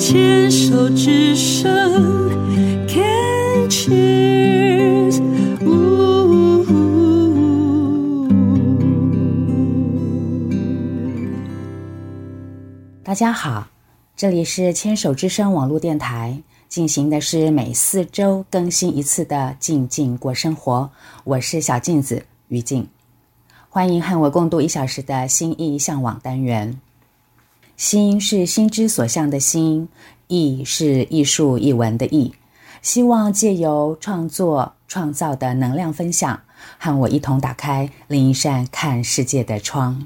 牵手之声 Can Cheers。 大家好，这里是牵手之声网络电台，进行的是每4周更新一次的静静过生活，我是小镜子于静，欢迎和我共度1小时的心意向往单元。心是心之所向的心，艺是艺术艺文的艺，希望借由创作创造的能量分享，和我一同打开另一扇看世界的窗。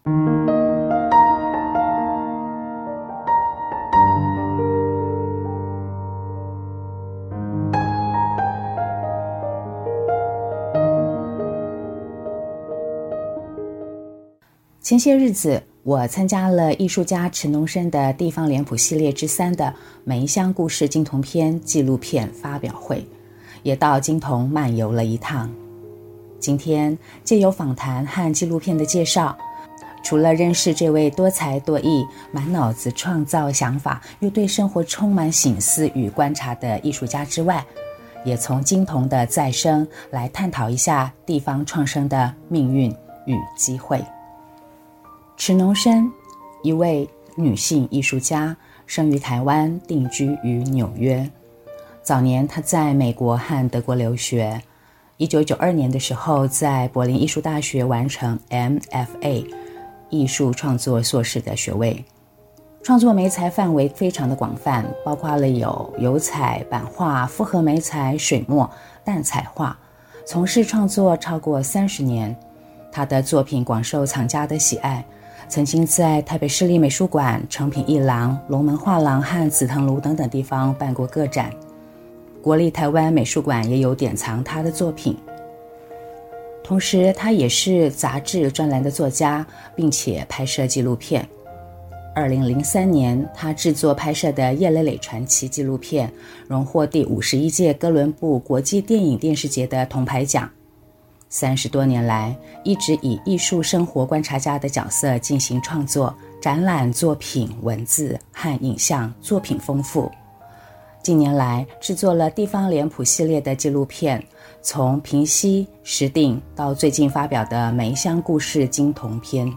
前些日子，我参加了艺术家池农生的地方脸谱系列之3的梅乡故事金铜篇纪录片发表会，也到金铜漫游了一趟。今天借由访谈和纪录片的介绍，除了认识这位多才多艺、满脑子创造想法又对生活充满省思与观察的艺术家之外，也从金铜的再生来探讨一下地方创生的命运与机会。池农生，一位女性艺术家，生于台湾，定居于纽约。早年她在美国和德国留学，1992年的时候在柏林艺术大学完成 MFA 艺术创作硕士的学位。创作媒材范围非常的广泛，包括了有油彩、版画、复合媒材、水墨、淡彩画，从事创作超过30年。她的作品广受藏家的喜爱，曾经在台北市立美术馆、诚品艺廊、龙门画廊和紫藤庐等等地方办过个展，国立台湾美术馆也有典藏他的作品。同时他也是杂志专栏的作家，并且拍摄纪录片。2003年他制作拍摄的《叶蕾蕾传奇》纪录片荣获第51届哥伦布国际电影电视节的铜牌奖。30多年来，一直以艺术生活观察家的角色进行创作，展览作品、文字和影像作品丰富。近年来制作了地方脸谱系列的纪录片，从平溪、石碇到最近发表的梅乡故事金铜篇。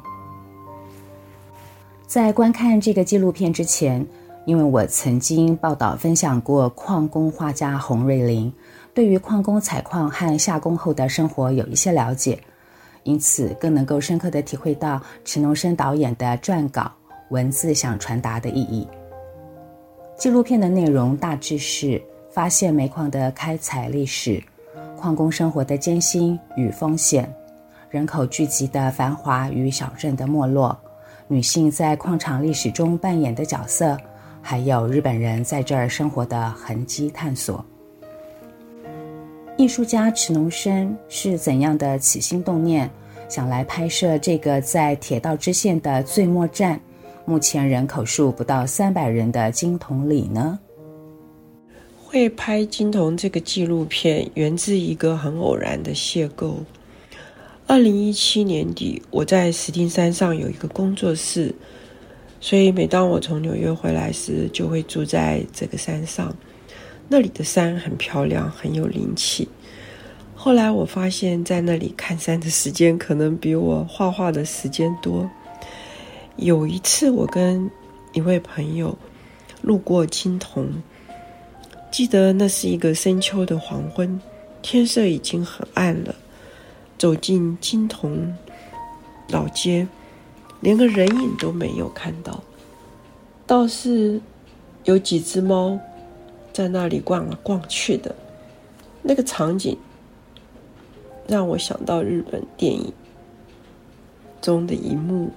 在观看这个纪录片之前，因为我曾经报道分享过矿工画家洪瑞麟，对于矿工采矿和下工后的生活有一些了解，因此更能够深刻地体会到池农生导演的撰稿文字想传达的意义。纪录片的内容大致是发现煤矿的开采历史、矿工生活的艰辛与风险、人口聚集的繁华与小镇的没落、女性在矿场历史中扮演的角色，还有日本人在这儿生活的痕迹探索。艺术家池农生是怎样的起心动念，想来拍摄这个在铁道支线的最末站，目前人口数不到300人的金铜里呢？ 会拍金铜这个纪录片源自一个很偶然的邂逅。2017年底，我在石碇山上有一个工作室，所以每当我从纽约回来时，就会住在这个山上。那里的山很漂亮，很有灵气。后来我发现在那里看山的时间可能比我画画的时间多。有一次我跟一位朋友路过金铜，记得那是一个深秋的黄昏，天色已经很暗了。走进金铜老街，连个人影都没有看到，倒是有几只猫在那里逛来逛去的。那个场景让我想到日本电影中的一幕，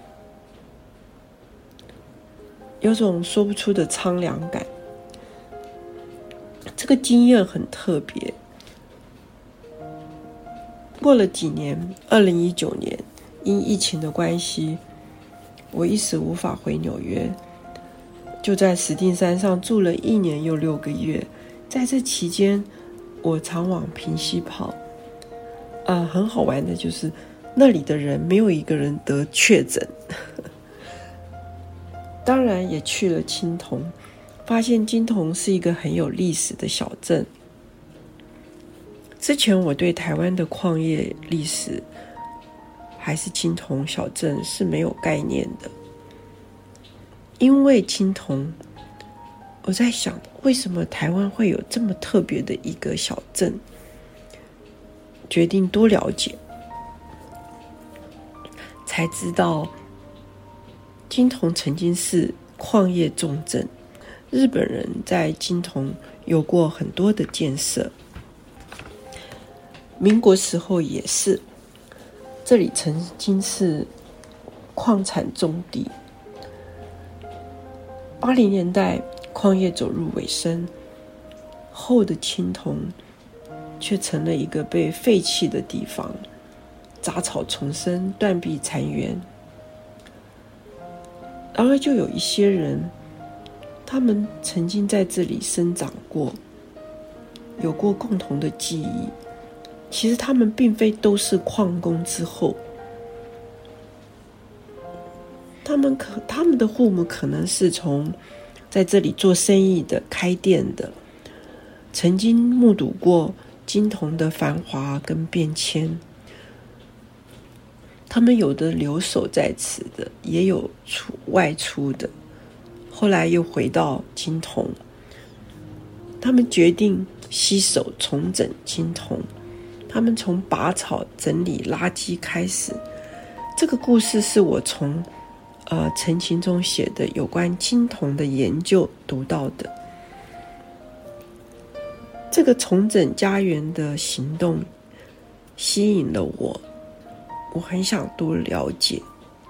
有种说不出的苍凉感。这个经验很特别。过了几年，2019年因疫情的关系，我一时无法回纽约，就在石碇山上住了1年又6个月。在这期间，我常往平溪跑。很好玩的就是那里的人没有一个人得确诊。当然也去了青铜， 发现金童是一个很有历史的小镇。之前我对台湾的矿业历史还是金童小镇是没有概念的，因为金童，我在想为什么台湾会有这么特别的一个小镇，决定多了解，才知道金童曾经是矿业重镇，日本人在金童有过很多的建设，民国时候也是，这里曾经是矿产重地。80年代矿业走入尾声后的金童却成了一个被废弃的地方，杂草丛生，断壁残垣。然而就有一些人，他们曾经在这里生长过，有过共同的记忆，其实他们并非都是矿工之后，他们的父母可能是从在这里做生意的、开店的，曾经目睹过金童的繁华跟变迁。他们有的留守在此的，也有外出的，后来又回到金童。他们决定携手重整金童，他们从拔草、整理垃圾开始。这个故事是我从陈其中写的有关金童的研究读到的。这个重整家园的行动吸引了我，我很想多了解。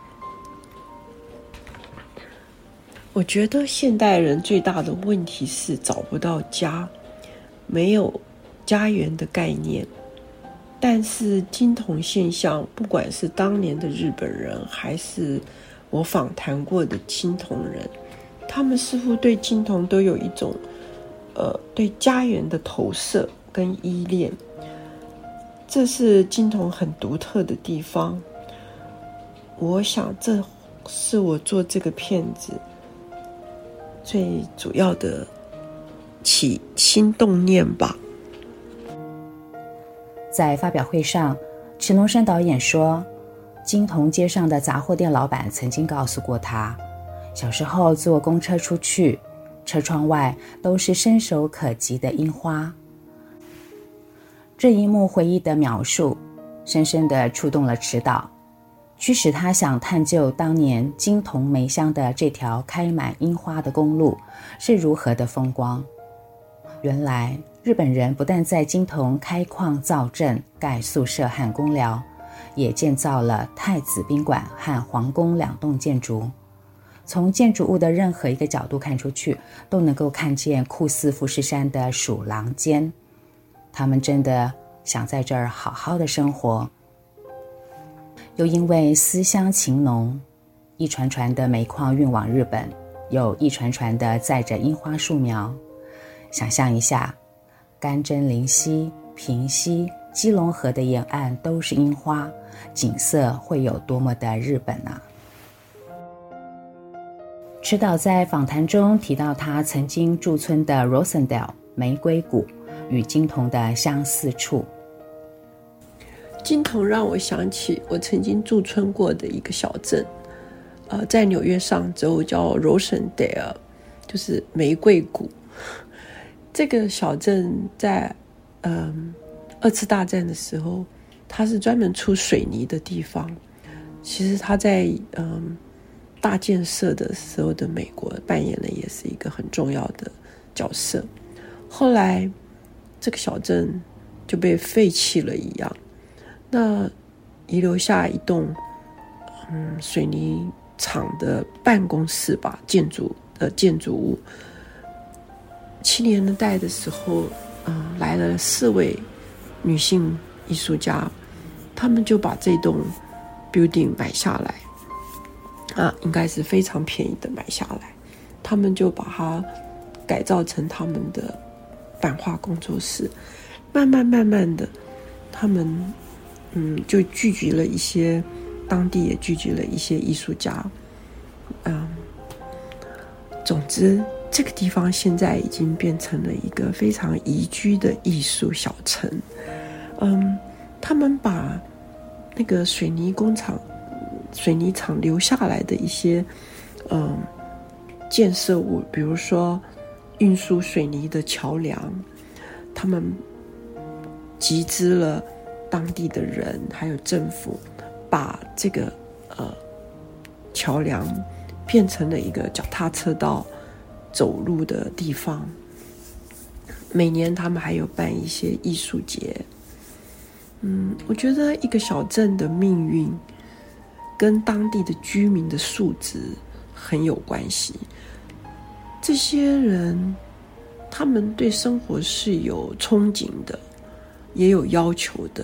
我觉得现代人最大的问题是找不到家，没有家园的概念。但是金童现象，不管是当年的日本人，还是我访谈过的金童人，他们似乎对金童都有一种对家园的投射跟依恋。这是金童很独特的地方。我想这是我做这个片子最主要的起心动念吧。 在发表会上，池农生导演说，金童街上的杂货店老板曾经告诉过他，小时候坐公车出去，车窗外都是伸手可及的樱花。这一幕回忆的描述深深地触动了池导，驱使他想探究当年金童梅乡的这条开满樱花的公路是如何的风光。原来日本人不但在金童开矿造镇、盖宿舍和公寮，也建造了太子宾馆和皇宫2栋建筑。从建筑物的任何一个角度看出去，都能够看见酷似富士山的鼠狼尖。他们真的想在这儿好好的生活。又因为思乡情浓，一船船的煤矿运往日本，有一船船的载着樱花树苗。想象一下，甘蔗林溪、平溪、基隆河的沿岸都是樱花，景色会有多么的日本啊！池导在访谈中提到他曾经驻村的 Rosendale 玫瑰谷与金童的相似处。 金童让我想起我曾经驻村过的一个小镇，在纽约上州叫 Rosendale， 就是玫瑰谷。这个小镇在2次大战的时候，它是专门出水泥的地方。其实它在大建设的时候的美国扮演的也是一个很重要的角色。后来这个小镇就被废弃了一样，那遗留下一栋水泥厂的办公室吧，建筑物。70年代的时候，来了4位女性艺术家，他们就把这栋 building 买下来，应该是非常便宜的买下来，他们就把它改造成他们的版画工作室。慢慢的，他们就聚集了一些，当地也聚集了一些艺术家。总之这个地方现在已经变成了一个非常宜居的艺术小城。他们把那个水泥厂留下来的一些建设物，比如说运输水泥的桥梁，他们集资了当地的人还有政府，把这个桥梁变成了一个脚踏车道走路的地方。每年他们还有办一些艺术节。我觉得一个小镇的命运跟当地的居民的素质很有关系。这些人他们对生活是有憧憬的，也有要求的，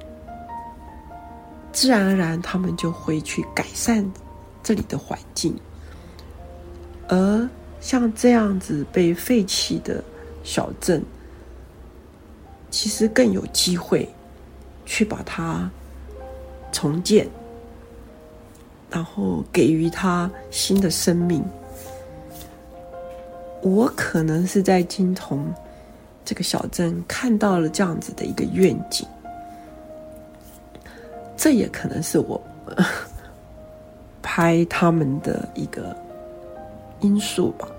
自然而然他们就会去改善这里的环境。而像这样子被废弃的小镇，其实更有机会去把它重建，然后给予它新的生命。我可能是在金童这个小镇看到了这样子的一个愿景，这也可能是我拍他们的一个因素吧。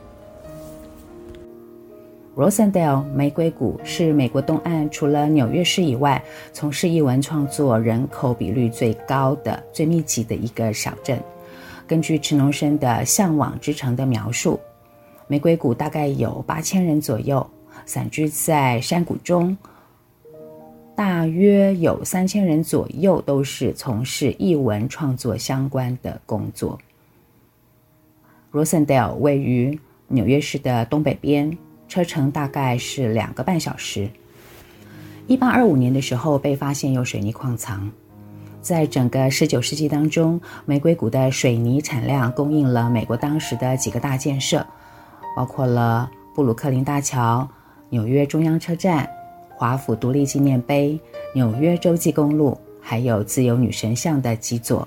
Rosendale 玫瑰谷是美国东岸除了纽约市以外，从事艺文创作人口比率最高的、最密集的一个小镇。根据池农生的《向往之城》的描述，玫瑰谷大概有8000人左右，散居在山谷中，大约有3000人左右都是从事艺文创作相关的工作。Rosendale 位于纽约市的东北边，车程大概是2个半小时。1825年的时候被发现有水泥矿藏。在整个19世纪当中，玫瑰谷的水泥产量供应了美国当时的几个大建设，包括了布鲁克林大桥、纽约中央车站、华府独立纪念碑、纽约洲际公路，还有自由女神像的基座。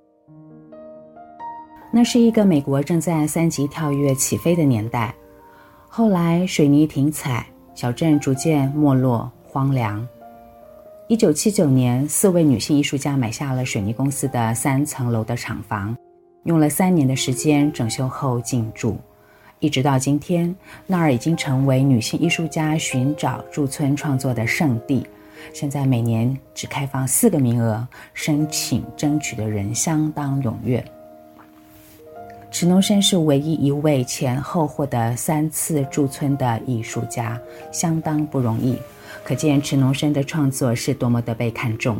那是一个美国正在3级跳跃起飞的年代。后来水泥停采，小镇逐渐没落荒凉。1979年，4位女性艺术家买下了水泥公司的3层楼的厂房，用了3年的时间整修后进驻。一直到今天，那儿已经成为女性艺术家寻找驻村创作的圣地。现在每年只开放4个名额，申请争取的人相当踊跃。池农生是唯一一位前后获得3次驻村的艺术家，相当不容易，可见池农生的创作是多么的被看重。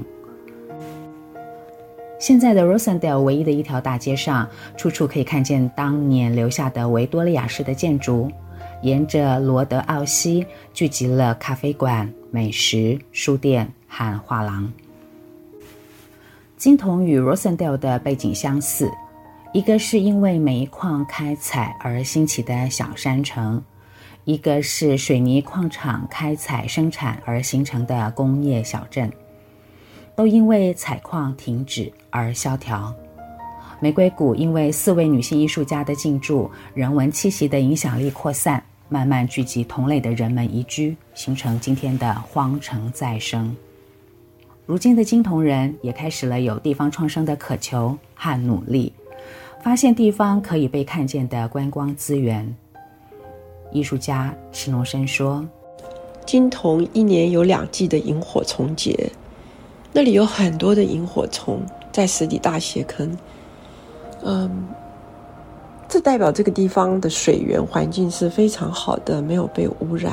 现在的 Rosendale 唯一的一条大街上，处处可以看见当年留下的维多利亚式的建筑，沿着罗德奥西聚集了咖啡馆、美食、书店和画廊。金童与 Rosendale 的背景相似，一个是因为煤矿开采而兴起的小山城，一个是水泥矿场开采生产而形成的工业小镇，都因为采矿停止而萧条。玫瑰谷因为4位女性艺术家的进驻，人文气息的影响力扩散，慢慢聚集同类的人们移居，形成今天的荒城再生。如今的金童人也开始了有地方创生的渴求和努力，发现地方可以被看见的观光资源。艺术家池农生说， 金童1年有2季的萤火虫节，那里有很多的萤火虫在石底大斜坑。这代表这个地方的水源环境是非常好的，没有被污染。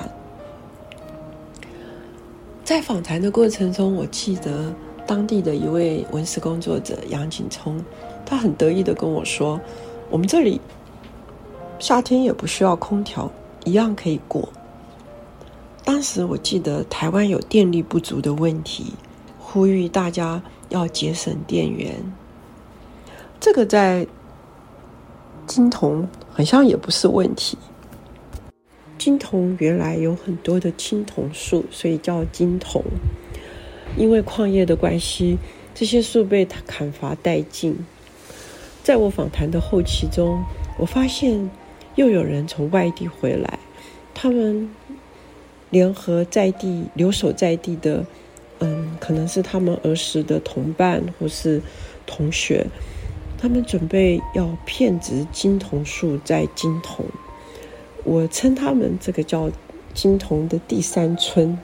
在访谈的过程中，我记得当地的一位文史工作者杨景聪，他很得意地跟我说，我们这里夏天也不需要空调，一样可以过。当时我记得台湾有电力不足的问题，呼吁大家要节省电源。这个在金童好像也不是问题。金童原来有很多的青铜树，所以叫金童。因为矿业的关系，这些树被砍伐殆尽。在我访谈的后期中，我发现又有人从外地回来，他们联合在地留守在地的可能是他们儿时的同伴或是同学，他们准备要遍植金桐树在金桐，我称他们这个叫金桐的第三村。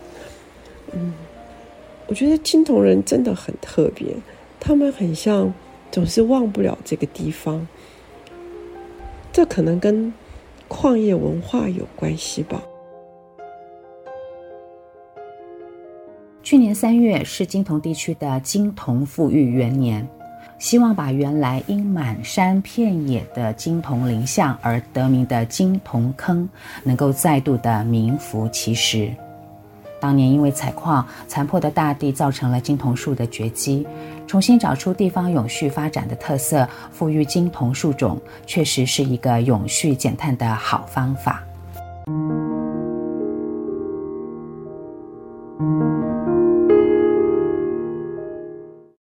我觉得金桐人真的很特别，他们很像总是忘不了这个地方，这可能跟矿业文化有关系吧。 去年3月是金桐地区的金桐复育元年，希望把原来因满山遍野的金桐林相而得名的金桐坑能够再度的名副其实。当年因为采矿残破的大地造成了金桐树的绝迹，重新找出地方永续发展的特色，复育金桐树种，确实是一个永续减碳的好方法。